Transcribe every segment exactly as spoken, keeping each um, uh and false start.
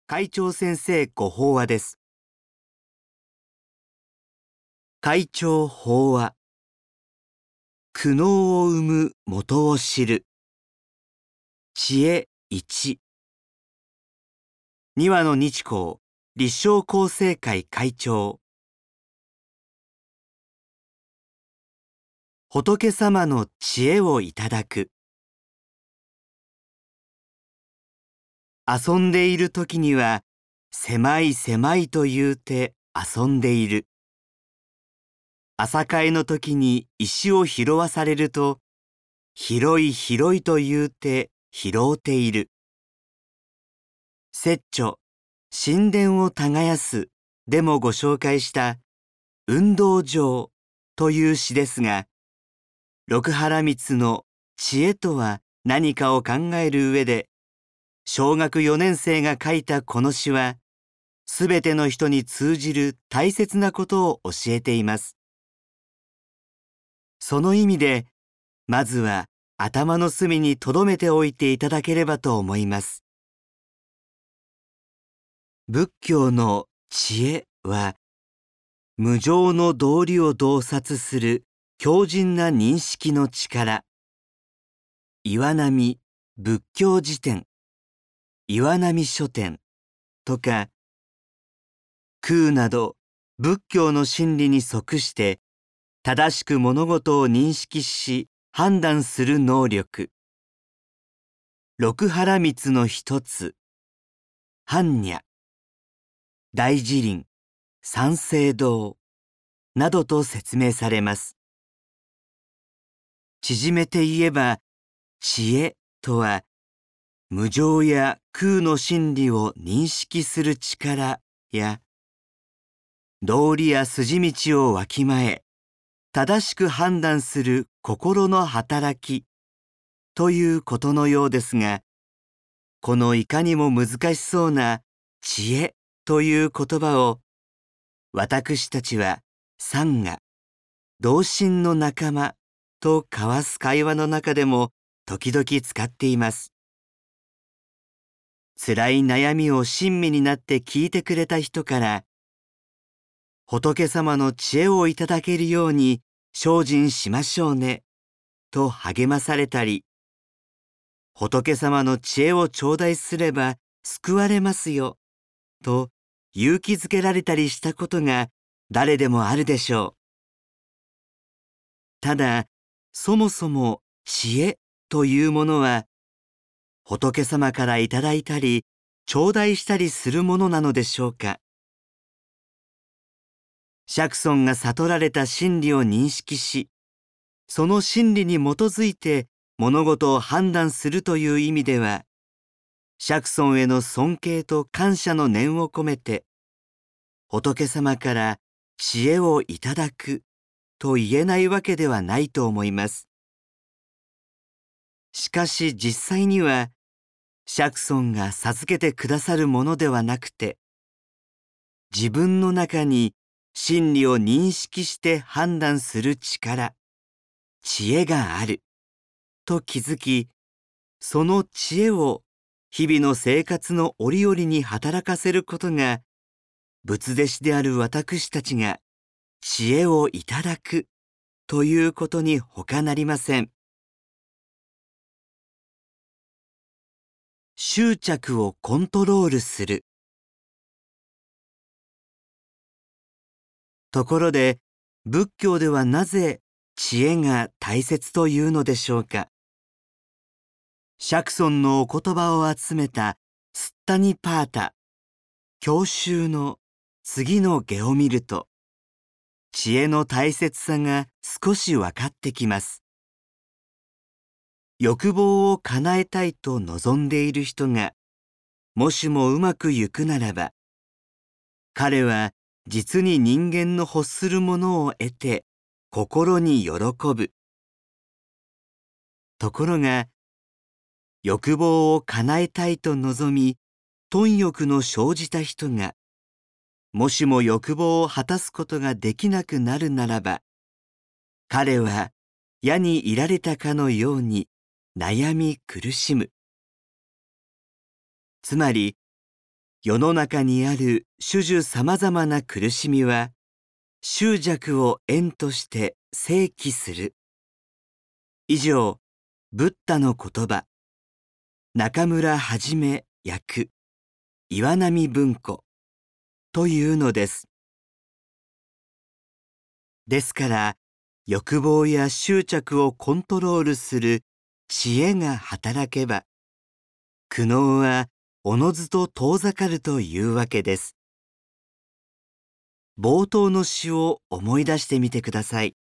会長先生ご法話です。会長法話。苦悩を生む元を知る。知恵いち。にわの日光立正厚生会会長。仏様の知恵をいただく。遊んでいる時には、狭い狭いと言うて遊んでいる。朝会の時に石を拾わされると、広い広いと言うて拾うている。摂著、神殿を耕すでもご紹介した運動場という詩ですが、六波羅蜜の知恵とは何かを考える上で、小学よねん生が書いたこの詩は、すべての人に通じる大切なことを教えています。その意味で、まずは頭の隅に留めておいていただければと思います。仏教の知恵は、無常の道理を洞察する強靭な認識の力。岩波仏教辞典、岩波書店とか、空など仏教の真理に即して正しく物事を認識し判断する能力。六波羅蜜の一つ、般若、大辞林、三省堂などと説明されます。縮めて言えば、知恵とは、無常や空の真理を認識する力や、道理や筋道をわきまえ、正しく判断する心の働きということのようですが、このいかにも難しそうな知恵という言葉を、私たちは三が、同心の仲間と交わす会話の中でも時々使っています。辛い悩みを親身になって聞いてくれた人から、仏様の知恵をいただけるように精進しましょうね、と励まされたり、仏様の知恵を頂戴すれば救われますよ、と勇気づけられたりしたことが誰でもあるでしょう。ただ、そもそも知恵というものは、仏様からいただいたり、頂戴したりするものなのでしょうか。釈尊が悟られた真理を認識し、その真理に基づいて物事を判断するという意味では、釈尊への尊敬と感謝の念を込めて、仏様から知恵をいただくと言えないわけではないと思います。しかし実際には、釈尊が授けてくださるものではなくて、自分の中に真理を認識して判断する力、知恵があると気づき、その知恵を日々の生活の折々に働かせることが、仏弟子である私たちが知恵をいただくということに他なりません。執着をコントロールする。ところで、仏教ではなぜ知恵が大切というのでしょうか。釈尊のお言葉を集めたスッタニパータ、教集の次の下を見ると、知恵の大切さが少し分かってきます。欲望を叶えたいと望んでいる人が、もしもうまくゆくならば、彼は実に人間の欲するものを得て心に喜ぶ。ところが、欲望を叶えたいと望み、貪欲の生じた人が、もしも欲望を果たすことができなくなるならば、彼は矢にいられたかのように悩み苦しむ。つまり、 世の中にある種々さまざまな苦しみは、執着を縁として生起する。以上、ブッダの言葉。中村はじめ訳、岩波文庫というのです。ですから、欲望や執着をコントロールする知恵が働けば、苦悩はおのずと遠ざかるというわけです。冒頭の詩を思い出してみてください。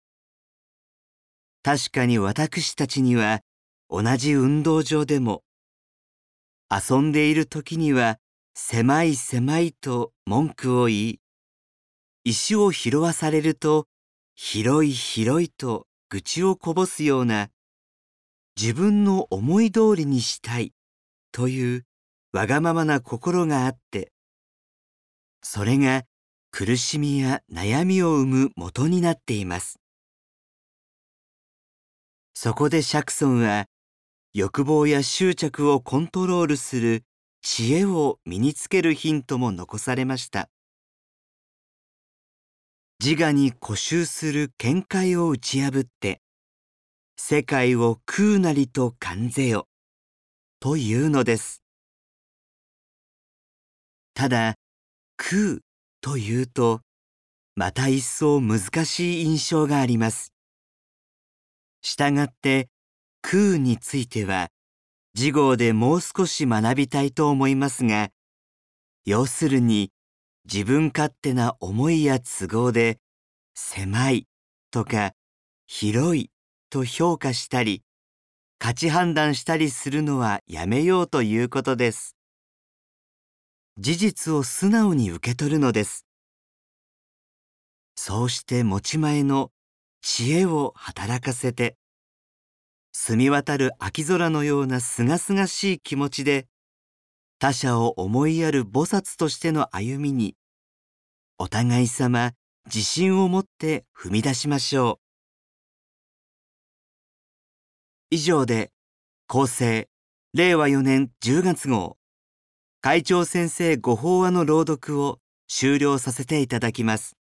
確かに私たちには同じ運動場でも、遊んでいる時には狭い狭いと文句を言い、石を拾わされると広い広いと愚痴をこぼすような、自分の思い通りにしたいというわがままな心があって、それが苦しみや悩みを生む元になっています。そこで釈尊は、欲望や執着をコントロールする知恵を身につけるヒントも残されました。自我に固執する見解を打ち破って、世界を空なりと感ぜよ、というのです。ただ、空というと、また一層難しい印象があります。したがって、空については、次号でもう少し学びたいと思いますが、要するに、自分勝手な思いや都合で、狭いとか広いと評価したり、価値判断したりするのはやめようということです。事実を素直に受け取るのです。そうして持ち前の知恵を働かせて、澄み渡る秋空のようなすがすがしい気持ちで、他者を思いやる菩薩としての歩みに、お互い様自信を持って踏み出しましょう。以上で、厚生れいわよねんじゅうがつ号、会長先生ご法話の朗読を終了させていただきます。